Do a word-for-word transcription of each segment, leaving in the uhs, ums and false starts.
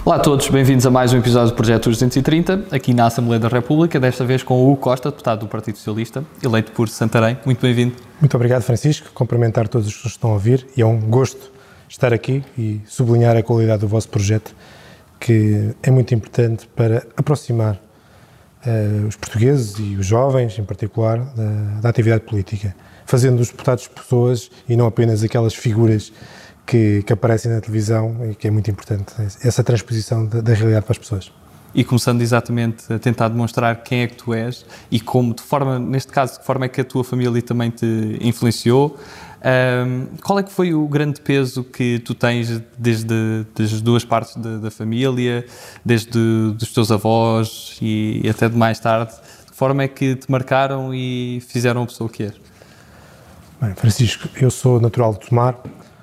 Olá a todos, bem-vindos a mais um episódio do Projeto duzentos e trinta, aqui na Assembleia da República, desta vez com o Hugo Costa, deputado do Partido Socialista, eleito por Santarém. Muito bem-vindo. Muito obrigado, Francisco. Cumprimentar todos os que estão a ouvir e é um gosto estar aqui e sublinhar a qualidade do vosso projeto, que é muito importante para aproximar uh, os portugueses e os jovens, em particular, da, da atividade política, fazendo dos deputados pessoas e não apenas aquelas figuras Que, que aparecem na televisão e que é muito importante, essa transposição da, da realidade para as pessoas. E começando exatamente a tentar demonstrar quem é que tu és e como, de forma, neste caso, de que forma é que a tua família também te influenciou, um, qual é que foi o grande peso que tu tens desde, desde as duas partes de, da família, desde os teus avós e, e até de mais tarde, de que forma é que te marcaram e fizeram a pessoa que és? Bem, Francisco, eu sou natural de Tomar,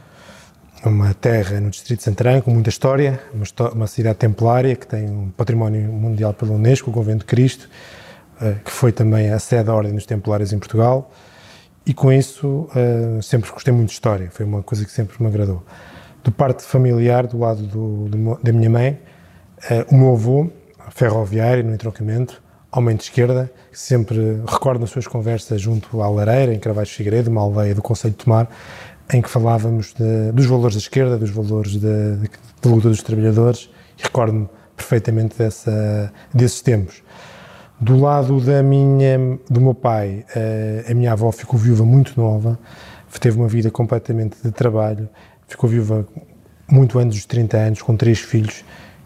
uma terra no distrito de Santarém com muita história, uma, uma cidade templária que tem um património mundial pela Unesco, o Convento de Cristo, que foi também a sede da Ordem dos Templários em Portugal, e com isso sempre gostei muito de história, foi uma coisa que sempre me agradou. Do parte familiar, do lado do, do, da minha mãe, o meu avô, ferroviário no entroncamento, homem de esquerda, que sempre recordo nas suas conversas junto à Lareira, em Carvalho de Figueiredo, uma aldeia do concelho de Tomar, em que falávamos de, dos valores da esquerda, dos valores da luta dos trabalhadores, e recordo-me perfeitamente dessa, desses tempos. Do lado da minha, do meu pai, a, a minha avó ficou viúva muito nova, teve uma vida completamente de trabalho, ficou viúva muito antes dos trinta anos, com três filhos,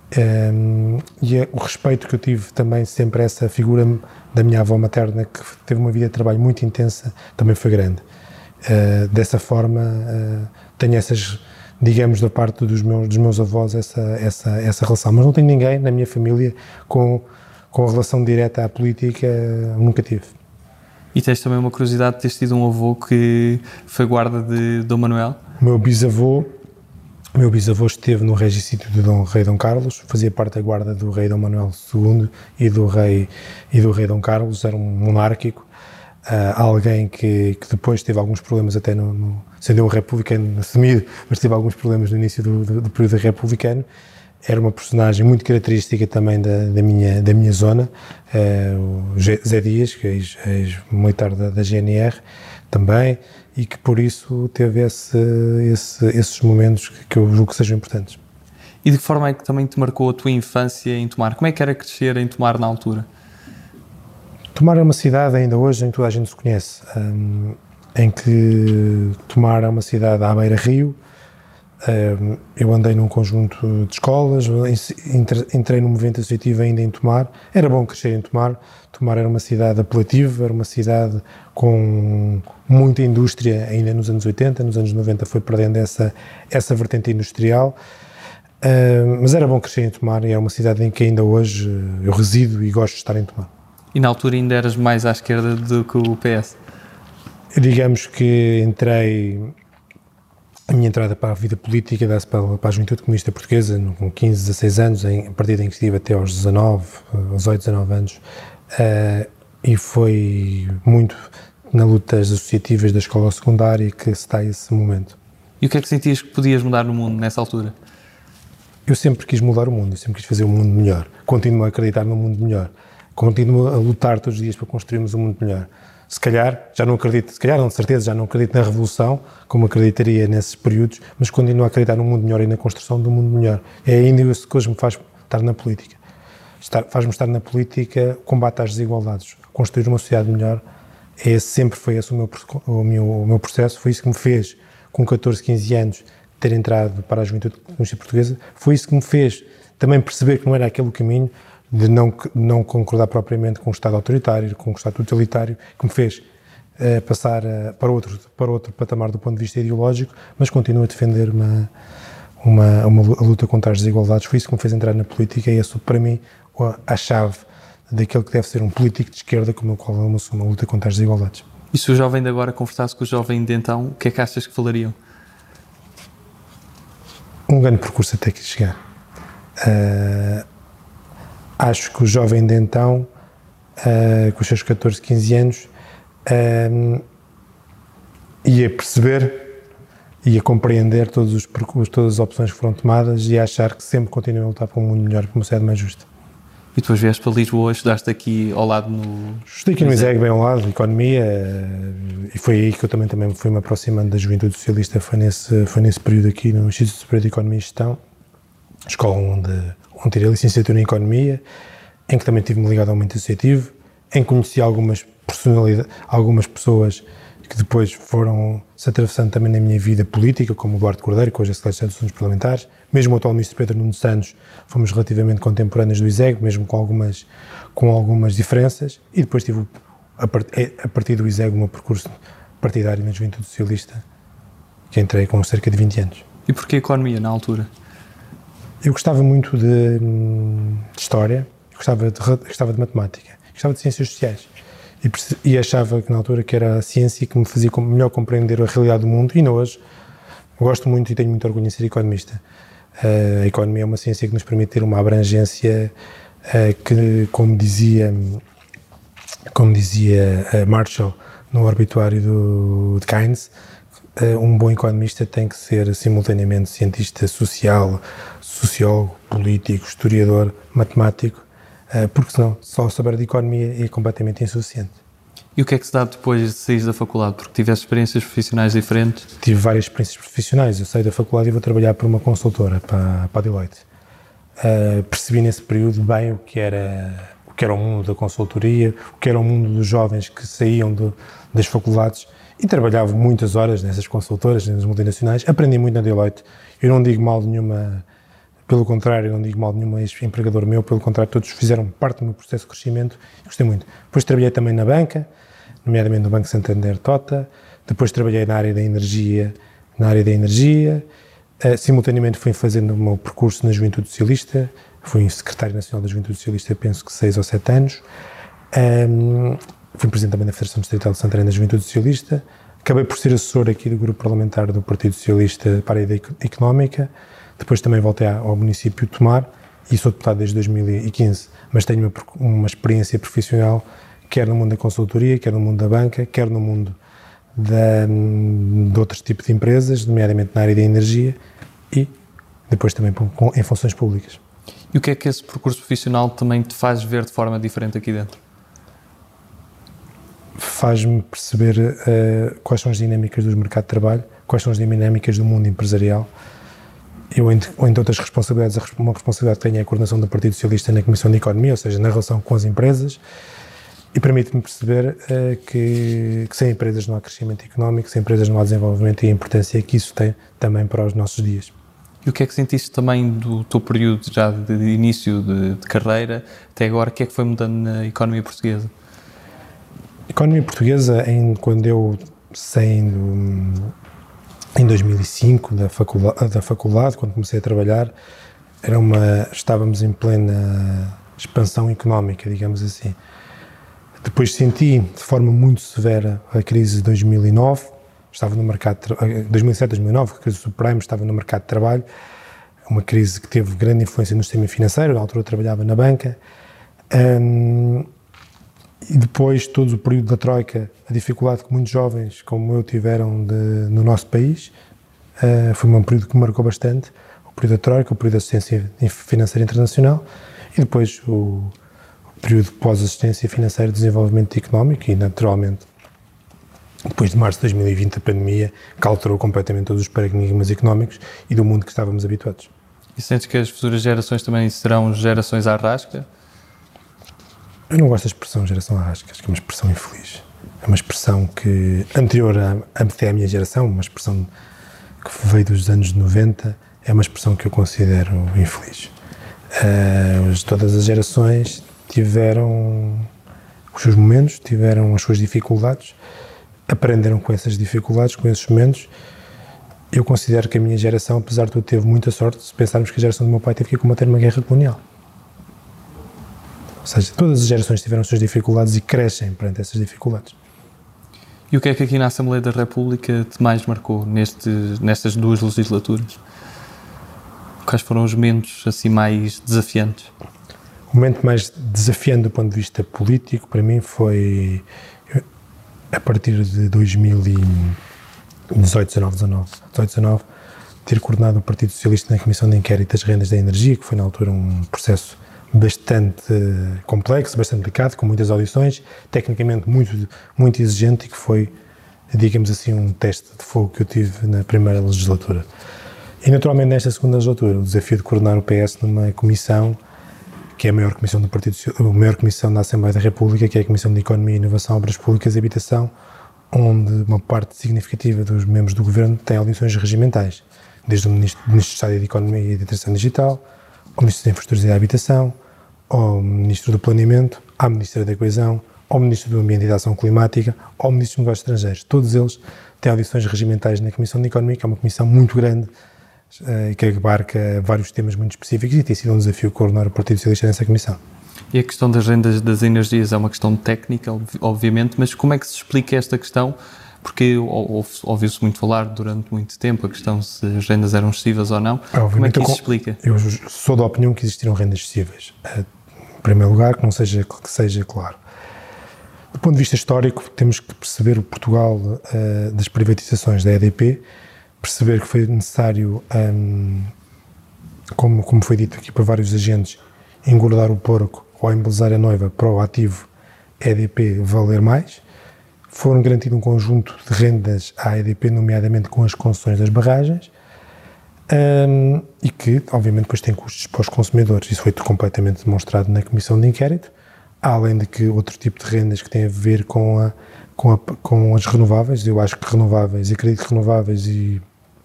um, e a, o respeito que eu tive também sempre a essa figura da minha avó materna, que teve uma vida de trabalho muito intensa, também foi grande. Uh, dessa forma, uh, tenho essas, digamos, da parte dos meus, dos meus avós, essa, essa, essa relação. Mas não tenho ninguém na minha família com, com relação direta à política, uh, nunca tive. E tens também uma curiosidade de teres tido um avô que foi guarda de Dom Manuel? O meu bisavô, meu bisavô esteve no regicídio do Dom, Rei Dom Carlos, fazia parte da guarda do Rei Dom Manuel segundo e do Rei, e do Rei Dom Carlos, era um monárquico. Uh, alguém que, que depois teve alguns problemas até no, no sendo um republicano assumido, mas teve alguns problemas no início do, do, do período republicano. Era uma personagem muito característica também da, da, minha, da minha zona, uh, o Zé Dias, que é ex-militar da, da G N R também, e que por isso teve esse, esse, esses momentos que, que eu julgo que sejam importantes. E de que forma é que também te marcou a tua infância em Tomar? Como é que era crescer em Tomar na altura? Tomar é uma cidade, ainda hoje, em que toda a gente se conhece, um, em que Tomar é uma cidade à beira-rio. Um, eu andei num conjunto de escolas, entrei no movimento associativo ainda em Tomar. Era bom crescer em Tomar. Tomar era uma cidade apelativa, era uma cidade com muita indústria ainda nos anos oitenta, nos anos noventa foi perdendo essa, essa vertente industrial. Um, mas era bom crescer em Tomar e é uma cidade em que ainda hoje eu resido e gosto de estar em Tomar. E na altura ainda eras mais à esquerda do que o P S? Digamos que entrei, a minha entrada para a vida política dá-se para, para a Juventude Comunista Portuguesa com quinze, dezasseis anos, em, a partir em que estive até aos dezanove, aos dezoito, dezanove anos, uh, e foi muito nas lutas associativas da escola secundária que se dá esse momento. E o que é que sentias que podias mudar no mundo nessa altura? Eu sempre quis mudar o mundo, eu sempre quis fazer o mundo melhor, continuo a acreditar no mundo melhor. Continuo a lutar todos os dias para construirmos um mundo melhor. Se calhar, já não acredito, se calhar não, de certeza, já não acredito na revolução, como acreditaria nesses períodos, mas continuo a acreditar num mundo melhor e na construção de um mundo melhor. É ainda isso que hoje me faz estar na política. Faz-me estar na política, combate às desigualdades, construir uma sociedade melhor. É, sempre foi esse o meu, o, meu, o meu processo, foi isso que me fez, com catorze, quinze anos, ter entrado para a Juventude Comunista Portuguesa, foi isso que me fez também perceber que não era aquele o caminho, de não, não concordar propriamente com o Estado autoritário, com o Estado totalitário, que me fez uh, passar uh, para, outro, para outro patamar do ponto de vista ideológico, mas continuo a defender uma, uma, uma luta contra as desigualdades. Foi isso que me fez entrar na política e isso, para mim, a chave daquele que deve ser um político de esquerda, como o qual eu sou, uma luta contra as desigualdades. E se o jovem de agora conversasse com o jovem de então, o que é que achas que falariam? Um grande percurso até que chegar. Uh, Acho que o jovem de então, uh, com os seus catorze, quinze anos, uh, ia perceber e a compreender todos os percursos, todas as opções que foram tomadas e a achar que sempre continuo a lutar por um mundo melhor, por uma sociedade mais justa. E depois vieste para Lisboa, estudaste aqui ao lado no... Estudei aqui no ISEG, bem ao lado, Economia, e foi aí que eu também, também fui me aproximando da Juventude Socialista, foi nesse, foi nesse período aqui no Instituto Superior de Economia e Gestão, escola onde, onde tirei a licenciatura em Economia, em que também estive-me ligado ao movimento associativo, em que conheci algumas personalidades, algumas pessoas que depois foram se atravessando também na minha vida política, como o Duarte Cordeiro, que hoje é secretário de Assuntos Parlamentares, mesmo o atual ministro Pedro Nuno Santos, fomos relativamente contemporâneos do ISEG, mesmo com algumas, com algumas diferenças, e depois tive, a, part, a partir do ISEG, o meu percurso partidário na Juventude Socialista, que entrei com cerca de vinte anos. E porquê Economia, na altura? Eu gostava muito de, de História, gostava de, gostava de Matemática, gostava de Ciências Sociais. E, e achava que na altura que era a ciência que me fazia melhor compreender a realidade do mundo, e não hoje. Gosto muito e tenho muito orgulho em ser economista. Uh, a economia é uma ciência que nos permite ter uma abrangência uh, que, como dizia, como dizia uh, Marshall no obituário do, de Keynes, uh, um bom economista tem que ser simultaneamente cientista social, sociólogo, político, historiador, matemático, porque senão só saber de economia é completamente insuficiente. E o que é que se dá depois de sair da faculdade? Porque tiveste experiências profissionais diferentes? Tive várias experiências profissionais. Eu saí da faculdade e vou trabalhar para uma consultora, para, para a Deloitte. Uh, percebi nesse período bem o que, era, o que era o mundo da consultoria, o que era o mundo dos jovens que saíam do, das faculdades e trabalhava muitas horas nessas consultoras, nas multinacionais. Aprendi muito na Deloitte. Eu não digo mal de nenhuma... Pelo contrário, não digo mal de nenhum ex-empregador meu, pelo contrário, todos fizeram parte do meu processo de crescimento e gostei muito. Depois trabalhei também na banca, nomeadamente no Banco Santander Tota, depois trabalhei na área da energia, na área da energia, uh, simultaneamente fui fazendo o meu percurso na Juventude Socialista, fui secretário nacional da Juventude Socialista, penso que seis ou sete anos, um, fui presidente também da Federação Distrital de Santarém da Juventude Socialista, acabei por ser assessor aqui do grupo parlamentar do Partido Socialista para a área económica. Depois também voltei ao município de Tomar e sou deputado desde dois mil e quinze, mas tenho uma, uma experiência profissional quer no mundo da consultoria, quer no mundo da banca, quer no mundo da, de outros tipos de empresas, nomeadamente na área da energia e depois também com, em funções públicas. E o que é que esse percurso profissional também te faz ver de forma diferente aqui dentro? Faz-me perceber uh, quais são as dinâmicas do mercado de trabalho, quais são as dinâmicas do mundo empresarial. Eu, entre, entre outras responsabilidades, uma responsabilidade que tenho é a coordenação do Partido Socialista na Comissão de Economia, ou seja, na relação com as empresas, e permite-me perceber uh, que, que sem empresas não há crescimento económico, sem empresas não há desenvolvimento e a importância que isso tem também para os nossos dias. E o que é que sentiste também do teu período já de, de início de, de carreira até agora? O que é que foi mudando na economia portuguesa? A economia portuguesa, em, quando eu saindo em dois mil e cinco da faculdade, da faculdade, quando comecei a trabalhar, era uma, estávamos em plena expansão económica, digamos assim. Depois senti de forma muito severa a crise de dois mil e nove, estava no mercado, dois mil e sete, dois mil e nove, a crise do subprime, estava no mercado de trabalho, uma crise que teve grande influência no sistema financeiro, na altura eu trabalhava na banca, um, e depois todo o período da Troika, a dificuldade que muitos jovens como eu tiveram de, no nosso país, uh, foi um período que me marcou bastante, o período da Troika, o período da assistência financeira internacional e depois o, o período pós-assistência financeira de desenvolvimento económico e, naturalmente, depois de março de dois mil e vinte, a pandemia que alterou completamente todos os paradigmas económicos e do mundo que estávamos habituados. E sentes que as futuras gerações também serão gerações à rasca? Eu não gosto da expressão geração à rasca, acho que é uma expressão infeliz. É uma expressão que, anterior a, até à minha geração, uma expressão que veio dos anos noventa, é uma expressão que eu considero infeliz. Uh, todas as gerações tiveram os seus momentos, tiveram as suas dificuldades, aprenderam com essas dificuldades, com esses momentos. Eu considero que a minha geração, apesar de tudo, teve muita sorte se pensarmos que a geração do meu pai teve que combater uma guerra colonial. Ou seja, todas as gerações tiveram as suas dificuldades e crescem perante essas dificuldades. E o que é que aqui na Assembleia da República te mais marcou neste, nestas duas legislaturas? Quais foram os momentos assim mais desafiantes? O momento mais desafiante do ponto de vista político para mim foi a partir de dois mil e dezoito, dezanove, dezanove, dezoito, dezanove, ter coordenado o Partido Socialista na Comissão de Inquérito das Rendas da Energia, que foi na altura um processo bastante complexo, bastante delicado, com muitas audições, tecnicamente muito, muito exigente e que foi, digamos assim, um teste de fogo que eu tive na primeira legislatura. E naturalmente nesta segunda legislatura, o desafio de coordenar o P S numa comissão, que é a maior comissão do Partido Socialista, a maior comissão da Assembleia da República, que é a Comissão de Economia, Inovação, Obras Públicas e Habitação, onde uma parte significativa dos membros do Governo tem audições regimentais, desde o Ministro, Ministro de Estado de Economia e de Transição Digital, ao Ministro das Infraestruturas e da Habitação, ao Ministro do Planeamento, à Ministra da Coesão, ao Ministro do Ambiente e da Ação Climática, ao Ministro dos Negócios Estrangeiros. Todos eles têm audições regimentais na Comissão de Economia, que é uma comissão muito grande e que abarca vários temas muito específicos e tem sido um desafio coordenar o Partido Socialista nessa comissão. E a questão das rendas das energias é uma questão técnica, obviamente, mas como é que se explica esta questão? Porque ouviu-se muito falar durante muito tempo a questão se as rendas eram excessivas ou não. Obviamente, como é que isso se explica? Eu sou da opinião que existiram rendas excessivas. Em primeiro lugar, que não seja, que seja claro. Do ponto de vista histórico, temos que perceber o Portugal uh, das privatizações da E D P, perceber que foi necessário, um, como, como foi dito aqui por vários agentes, engordar o porco ou embelezar a noiva para o ativo E D P valer mais. Foram garantido um conjunto de rendas à E D P, nomeadamente com as concessões das barragens, um, e que, obviamente, depois tem custos para os consumidores. Isso foi completamente demonstrado na Comissão de Inquérito, além de que outro tipo de rendas que tem a ver com, a, com, a, com as renováveis. Eu acho que renováveis, acredito que renováveis e,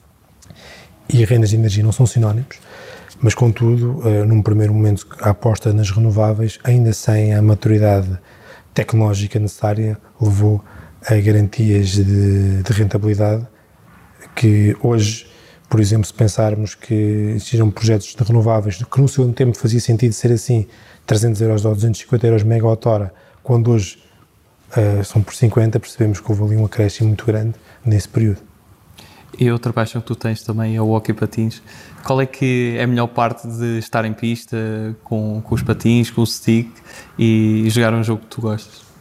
e rendas de energia não são sinónimos, mas, contudo, uh, num primeiro momento, a aposta nas renováveis, ainda sem a maturidade tecnológica necessária, levou a garantias de, de rentabilidade que hoje, por exemplo, se pensarmos que existiram projetos de renováveis que no seu tempo fazia sentido ser assim, trezentos euros ou duzentos e cinquenta euros megawatt-hora, quando hoje uh, são por cinquenta, percebemos que houve ali um acréscimo muito grande nesse período. E outra paixão que tu tens também é o hóquei patins. Qual é que é a melhor parte de estar em pista com, com os patins, com o stick e jogar um jogo que tu gostas?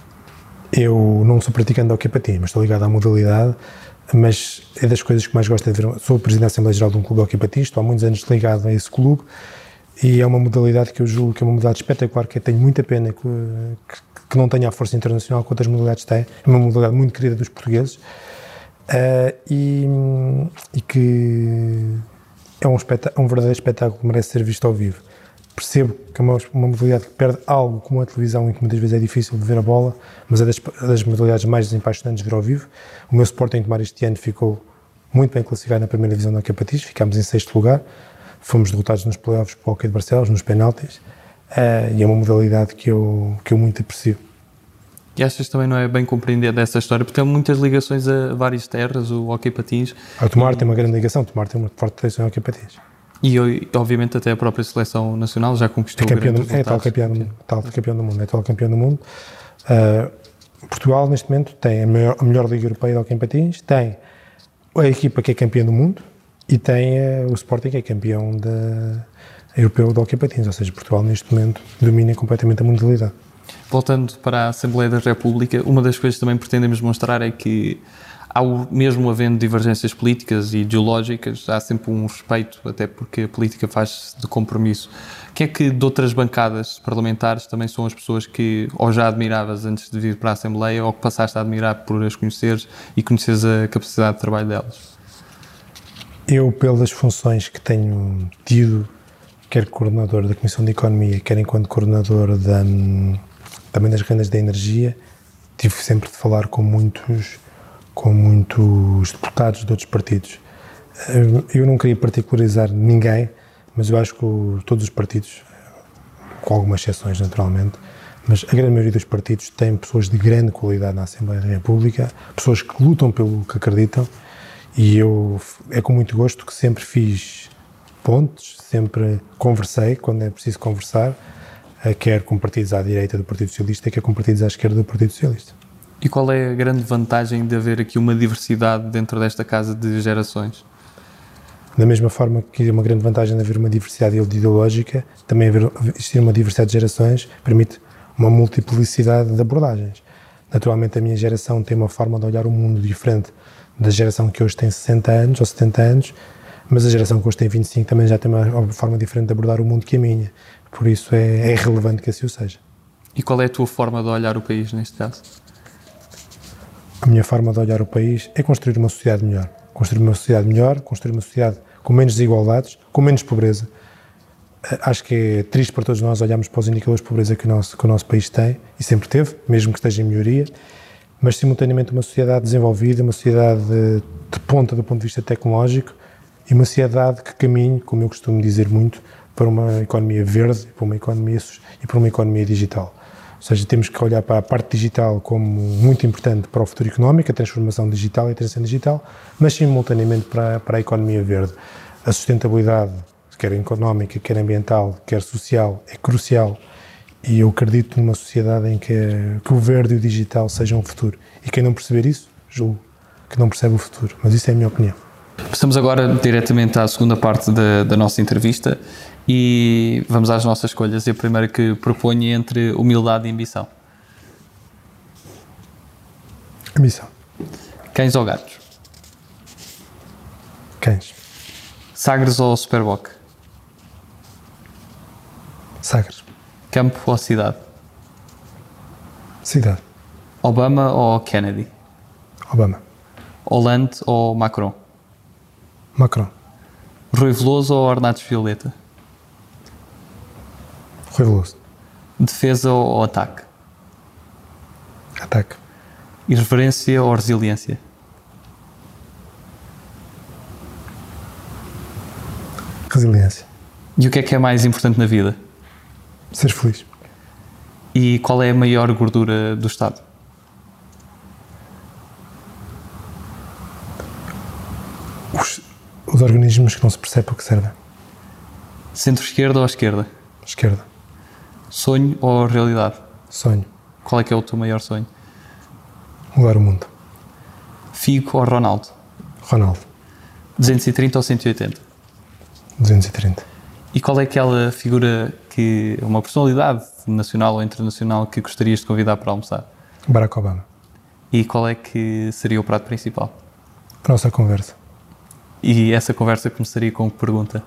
Eu não sou praticante de hóquei patins, mas estou ligado à modalidade, mas é das coisas que mais gosto de ver. Sou o presidente da Assembleia Geral de um clube de hóquei patins, estou há muitos anos ligado a esse clube e é uma modalidade que eu julgo que é uma modalidade espetacular, que eu tenho muita pena que, que, que não tenha a força internacional que outras modalidades têm. É uma modalidade muito querida dos portugueses uh, e, e que é um, um verdadeiro espetáculo que merece ser visto ao vivo. Percebo que é uma, uma modalidade que perde algo como a televisão e que muitas vezes é difícil de ver a bola, mas é das, das modalidades mais desapaixonantes de ver ao vivo. O meu Sporting Tomar este ano ficou muito bem classificado na primeira divisão do hóquei patins, ficámos em sexto lugar, fomos derrotados nos playoffs para o hóquei de Barcelos, nos penaltis, uh, e é uma modalidade que eu, que eu muito aprecio. E achas que também não é bem compreender dessa história, porque tem muitas ligações a várias terras, o hóquei patins. A Tomar tem uma grande ligação, Tomar tem uma forte tradição em hóquei patins. E, obviamente, até a própria seleção nacional já conquistou é campeão grandes do, é tal campeão, do, tal campeão do mundo, é tal campeão do mundo. Uh, Portugal, neste momento, tem a, maior, a melhor liga europeia de hóquei em patins, tem a equipa que é campeã do mundo e tem uh, o Sporting que é campeão da, europeu de hóquei em patins, ou seja, Portugal, neste momento, domina completamente a modalidade. Voltando para a Assembleia da República, uma das coisas que também pretendemos mostrar é que há o, mesmo havendo divergências políticas e ideológicas, há sempre um respeito, até porque a política faz-se de compromisso. Quem é que de outras bancadas parlamentares também são as pessoas que ou já admiravas antes de vir para a Assembleia ou que passaste a admirar por as conheceres e conheceres a capacidade de trabalho delas? Eu, pelas funções que tenho tido, quer coordenador da Comissão de Economia, quer enquanto coordenador da, também das rendas da energia, tive sempre de falar com muitos com muitos deputados de outros partidos. Eu não queria particularizar ninguém, mas eu acho que todos os partidos, com algumas exceções naturalmente, mas a grande maioria dos partidos tem pessoas de grande qualidade na Assembleia da República, pessoas que lutam pelo que acreditam, e eu é com muito gosto que sempre fiz pontes, sempre conversei quando é preciso conversar, quer com partidos à direita do Partido Socialista, quer com partidos à esquerda do Partido Socialista. E qual é a grande vantagem de haver aqui uma diversidade dentro desta casa de gerações? Da mesma forma que é uma grande vantagem de haver uma diversidade ideológica, também haver, existir uma diversidade de gerações permite uma multiplicidade de abordagens. Naturalmente a minha geração tem uma forma de olhar o mundo diferente da geração que hoje tem sessenta anos ou setenta anos, mas a geração que hoje tem vinte e cinco também já tem uma forma diferente de abordar o mundo que a minha. Por isso é, é relevante que assim o seja. E qual é a tua forma de olhar o país neste caso? A minha forma de olhar o país é construir uma sociedade melhor. Construir uma sociedade melhor, construir uma sociedade com menos desigualdades, com menos pobreza. Acho que é triste para todos nós olharmos para os indicadores de pobreza que o nosso, que o nosso país tem, e sempre teve, mesmo que esteja em melhoria, mas simultaneamente uma sociedade desenvolvida, uma sociedade de, de ponta do ponto de vista tecnológico e uma sociedade que caminhe, como eu costumo dizer muito, para uma economia verde, para uma economia, e para uma economia digital. Ou seja, temos que olhar para a parte digital como muito importante para o futuro económico, a transformação digital e a transição digital, mas simultaneamente para, para a economia verde. A sustentabilidade, quer económica, quer ambiental, quer social, é crucial. E eu acredito numa sociedade em que, que o verde e o digital sejam o futuro. E quem não perceber isso, julgo que não percebe o futuro. Mas isso é a minha opinião. Passamos agora diretamente à segunda parte da, da nossa entrevista e vamos às nossas escolhas. E a primeira que proponho é entre humildade e ambição. Ambição. Cães ou gatos? Cães. Sagres ou Superboc? Sagres. Campo ou cidade? Cidade. Obama ou Kennedy? Obama. Hollande ou Macron? Macron. Rui Veloso ou Ornatos Violeta? Rui Veloso. Defesa ou ataque? Ataque. Irreverência ou resiliência? Resiliência. E o que é que é mais importante na vida? Ser feliz. E qual é a maior gordura do Estado? Os, os organismos que não se percebe para o que servem. Centro-esquerda ou esquerda? Esquerda. Sonho ou realidade? Sonho. Qual é que é o teu maior sonho? Mudar o mundo. Figo ou Ronaldo? Ronaldo. duzentos e trinta ou cento e oitenta? duzentos e trinta. E qual é aquela figura que, uma personalidade nacional ou internacional que gostarias de convidar para almoçar? Barack Obama. E qual é que seria o prato principal? A nossa conversa. E essa conversa começaria com que pergunta?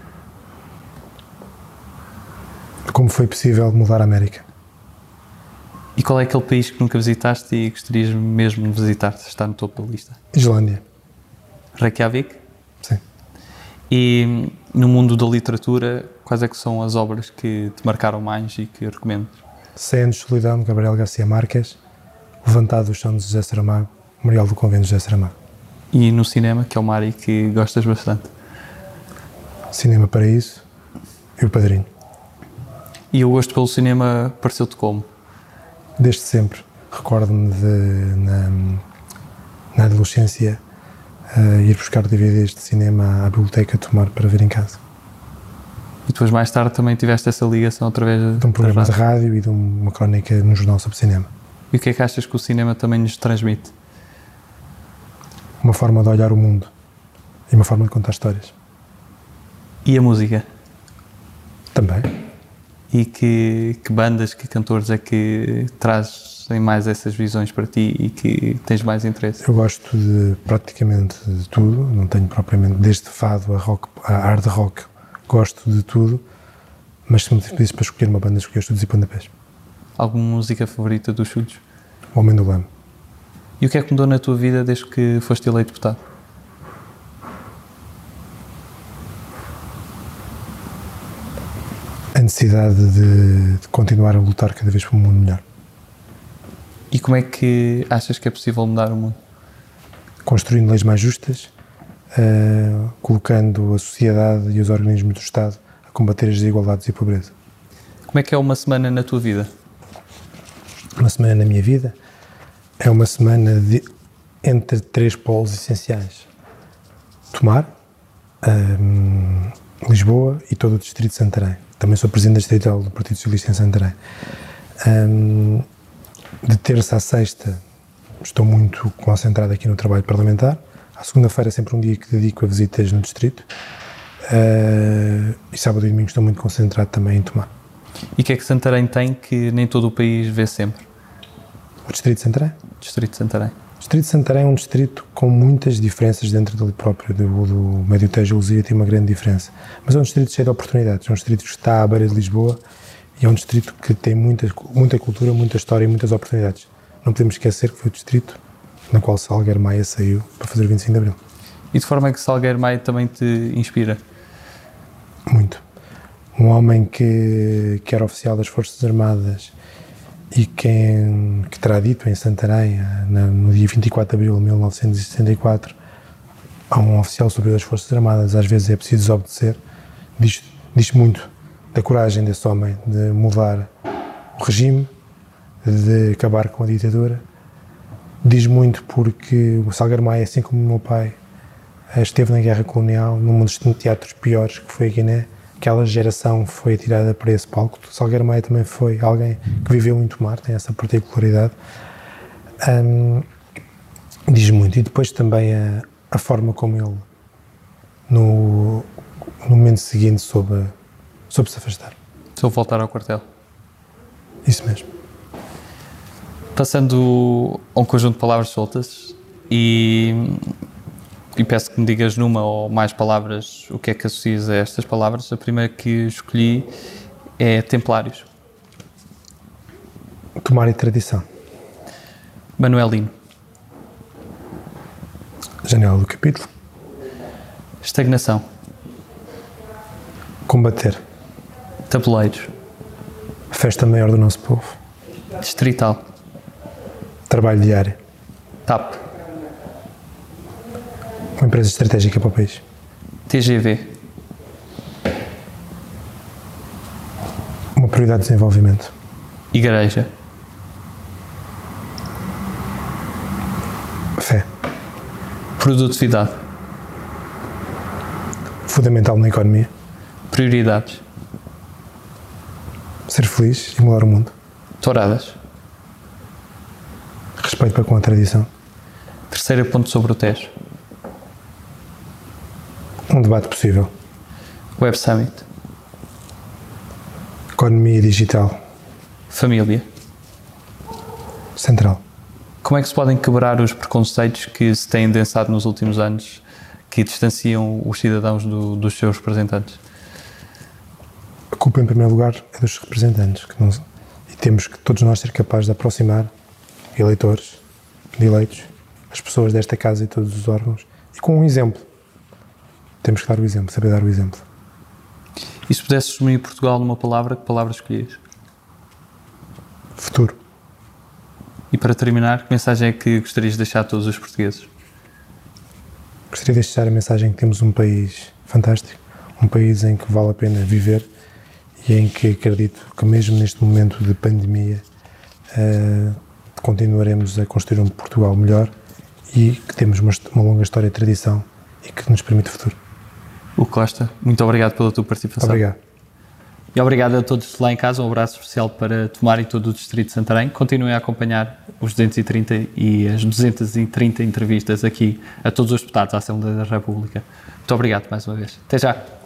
Como foi possível mudar a América? E qual é aquele país que nunca visitaste e gostarias mesmo de visitar, está no topo da lista? Islândia. Reykjavik? Sim. E no mundo da literatura, quais é que são as obras que te marcaram mais e que recomendas? cem anos de solidão, de Gabriel Garcia Marques. Levantado do chão de José Saramago. Memorial do Convento de José Saramago. E no cinema, que é uma área que gostas bastante? Cinema Paraíso e O Padrinho. E o gosto pelo cinema pareceu-te como? Desde sempre. Recordo-me de, na, na adolescência, uh, ir buscar D V Ds de cinema à biblioteca tomar para ver em casa. E depois, mais tarde, também tiveste essa ligação através de um programa de rádio. rádio e de uma crónica no jornal sobre cinema. E o que é que achas que o cinema também nos transmite? Uma forma de olhar o mundo e uma forma de contar histórias. E a música? Também. E que, que bandas, que cantores é que trazem mais essas visões para ti e que tens mais interesse? Eu gosto de praticamente de tudo, não tenho propriamente, desde fado a rock, a hard rock, gosto de tudo, mas se me pedisse para escolher uma banda, escolhi os Chutes e Pontapés. Alguma música favorita dos Chutes? O Homem do Lame. E o que é que mudou na tua vida desde que foste eleito deputado? A necessidade de, de continuar a lutar cada vez por um mundo melhor. E como é que achas que é possível mudar o mundo? Construindo leis mais justas, uh, colocando a sociedade e os organismos do Estado a combater as desigualdades e a pobreza. Como é que é uma semana na tua vida? Uma semana na minha vida é uma semana de, entre três polos essenciais. Tomar, um, Lisboa e todo o distrito de Santarém. Também sou presidente distrital do Partido Socialista em Santarém. Um, de terça à sexta estou muito concentrado aqui no trabalho parlamentar. À segunda-feira é sempre um dia que dedico a visitas no distrito. Uh, e sábado e domingo estou muito concentrado também em Tomar. E o que é que Santarém tem que nem todo o país vê sempre? O distrito de Santarém? Distrito de Santarém. O distrito de Santarém é um distrito com muitas diferenças dentro dele próprio. Do, do Médio Tejo e Luzia tem uma grande diferença. Mas é um distrito cheio de oportunidades. É um distrito que está à beira de Lisboa e é um distrito que tem muita, muita cultura, muita história e muitas oportunidades. Não podemos esquecer que foi o distrito na qual Salgueiro Maia saiu para fazer o vinte e cinco de Abril. E de forma que Salgueiro Maia também te inspira? Muito. Um homem que, que era oficial das Forças Armadas e quem, que terá dito em Santarém, no dia vinte e quatro de Abril de mil novecentos e setenta e quatro, a um oficial superior das Forças Armadas, às vezes é preciso desobedecer, diz, diz muito da coragem desse homem de mudar o regime, de acabar com a ditadura. Diz muito porque o Salgueiro Maia, assim como o meu pai, esteve na Guerra Colonial, num dos teatros piores, que foi a Guiné. Aquela geração foi atirada para esse palco. O Salgueiro Maia também foi alguém que viveu muito mar, tem essa particularidade. Um, diz muito. E depois também a, a forma como ele, no, no momento seguinte, soube, soube se afastar. Soube voltar ao quartel. Isso mesmo. Passando a um conjunto de palavras soltas e... e peço que me digas numa ou mais palavras o que é que associas a estas palavras. A primeira que escolhi é Templários. Tomar e tradição. Manuelino. Janela do capítulo. Estagnação. Combater. Tabuleiros. Festa maior do nosso povo. Distrital. Trabalho diário. T A P. Uma empresa estratégica para o país. T G V. Uma prioridade de desenvolvimento. Igreja. Fé. Produtividade. Fundamental na economia. Prioridades. Ser feliz e mudar o mundo. Touradas. Respeito para com a tradição. Terceiro ponto sobre o Tejo. Um debate possível. Web Summit. Economia digital. Família. Central. Como é que se podem quebrar os preconceitos que se têm densado nos últimos anos, que distanciam os cidadãos do, dos seus representantes? A culpa, em primeiro lugar, é dos representantes. Que não, e temos que todos nós ser capazes de aproximar eleitores, de eleitos, as pessoas desta casa e todos os órgãos, e com um exemplo. Temos que dar o exemplo, saber dar o exemplo. E se pudesses resumir Portugal numa palavra, que palavra escolhias? Futuro. E para terminar, que mensagem é que gostarias de deixar a todos os portugueses? Gostaria de deixar a mensagem que temos um país fantástico, um país em que vale a pena viver e em que acredito que mesmo neste momento de pandemia uh, continuaremos a construir um Portugal melhor e que temos uma, uma longa história de tradição e que nos permite o futuro. Hugo Costa, muito obrigado pela tua participação. Obrigado. E obrigado a todos lá em casa, um abraço especial para Tomar e todo o Distrito de Santarém. Continuem a acompanhar os duzentos e trinta e as duzentas e trinta entrevistas aqui a todos os deputados da Assembleia da República. Muito obrigado mais uma vez. Até já.